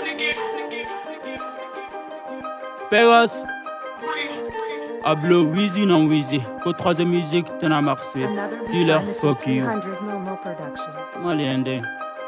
Pegas. Hablo Wheezy non Wheezy. Côte 3 musique, t'en as marché. Dealer, fuck you. Maliende.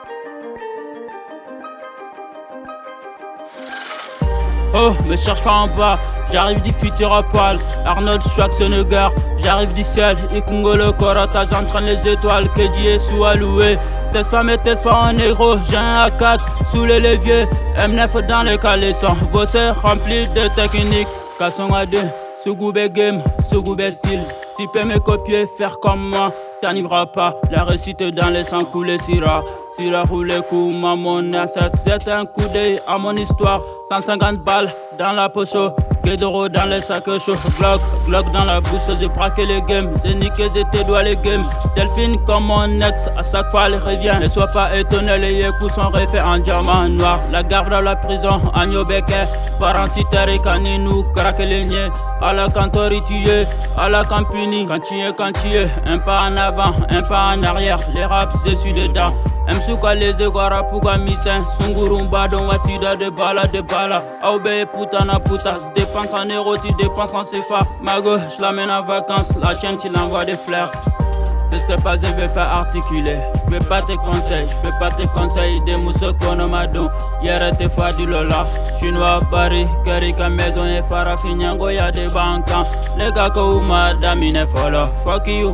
Oh, me cherche pas en bas, j'arrive du futur à poil. Arnold Schwarzenegger, j'arrive du ciel. Ikungo le Korata, j'entraîne les étoiles. KJ est sous alloué. Teste pas, mais teste pas en négro. J'ai un A4 sous les leviers. M9 dans les caleçons. Bossé rempli de techniques. Casson à deux, Sougoubé game, Sougoubé style. Tu peux me copier, faire comme moi. T'arriveras pas, la réussite dans les sangs coulés Syrah. Syrah roule coup, maman asset. C'est un coup d'œil à mon histoire. 150 balles dans la poche. Guédoro dans les sacs chauds. Glock dans la bouche. J'ai braqué les games. J'ai niqué, j'étais doigt les games. Delphine comme mon ex, à chaque fois elle revient. Ne sois pas étonné, les coups sont refaits en diamant noir. La garde à la prison, Agno Beke. Parancitaire et Kaninou, craque les niais. À la cantori tué, à la campini. Quand tu es, un pas en avant, un pas en arrière. Les raps, je suis dedans. Msuka leze gwara puka misen. Sungurumba don wasida de bala. Aube putana puta. Dépense en euros, tu dépenses en CFA. Mago, je l'amène en vacances. La tienne, tu l'envoies des fleurs. Je sais pas, je vais pas articuler. Je vais pas te conseiller. Des mousses qu'on m'a don. Hier, t'es fois du Lola. Chinois, Paris, Karika, maison et Farafinyango, y'a des banques. Les gars, que madame, il est follow. Fuck you.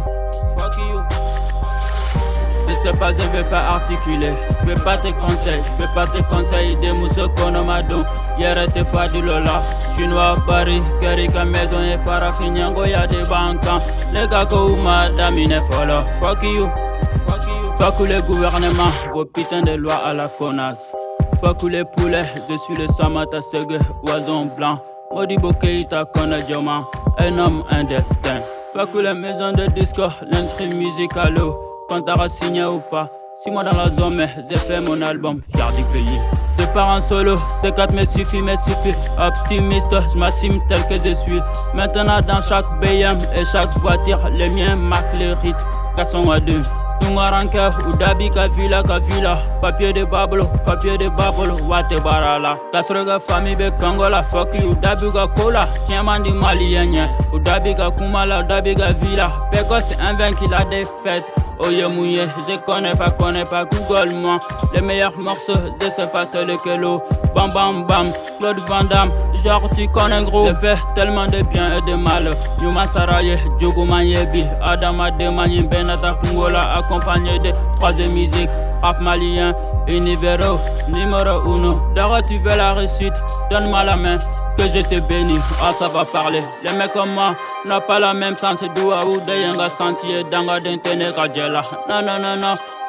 Je sais pas, je vais pas articuler. Je vais pas te conseiller. Des mousses qu'on m'a don. Hier, t'es fois du Lola. Chinois, Paris, Karika, maison et Farafinyango, y'a des banques. Les gars, que madame, il est follow. Fuck you. Fuck les gouvernements, vos putains de lois à la connasse. Fuck les poulets, je suis le Samata Sege, oison blanc. Modibo Keita Konadjoma, un homme, un destin. Fuck les maisons de disco, l'industrie musicale. Quand t'auras signé ou pas, 6 mois dans la zone, mais j'ai fait mon album, fier du pays. Je pars en solo, C4 me suffit. Optimiste, je m'assume tel que je suis. Maintenant dans chaque BM et chaque voiture, les miens marquent les rythmes. Casson à deux, Tungaranka ou Dabi Kavila. Papier de bablo, Wate Barala. Kasrega famille be Kangola, fuck you, Dabiga Kola. Tiens mandi malien, ou Dabiga Kumala, Dabiga Villa. Peko c'est un vain qui la défaite. Oye mouillé, je connais pas, Google moi. Les meilleurs morceaux, je sais pas c'est lequel. Bam bam bam, Claude Van Damme, genre tu connais gros. J'ai fait tellement de bien et de mal. Yuma Saraye, Djogo Manyebi, Adama Demani, Benata Kungola, accompagné de 3e musique. Rap malien, Univero, numéro 1. D'abord tu veux la réussite, donne-moi la main, que je te bénis, ça va parler. Les mecs comme moi n'ont pas la même sens, doua ou de yanga sentier, danga d'intene kajela. Non.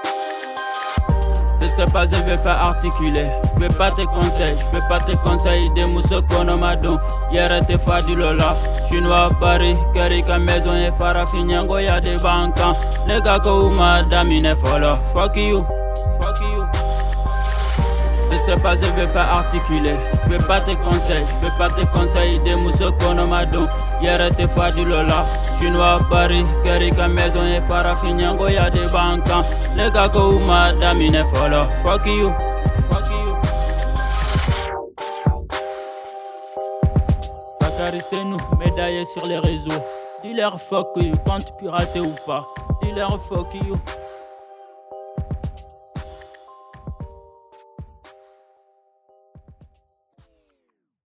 Je sais pas, je vais pas articuler. Je vais pas te conseiller. Des mousses qu'on m'a don. Hier t'es fois du Lola. Chinois, Paris, Karika, maison et Farafinyango, y'a des banques. Les gars que madame, il est follow. Fuck you. Je sais pas, je vais pas articuler. Je vais pas te conseiller. Des mousses qu'on m'a don. Hier t'es fois du Lola. Chinois, Paris, Karika, maison et Farafinyango, y'a des banques. Les gars que madame, il est follow. Fuck you. Bacarissez-nous, médaillés sur les réseaux. Dis-leur fuck you, quand tu pirates ou pas. Dis-leur fuck you.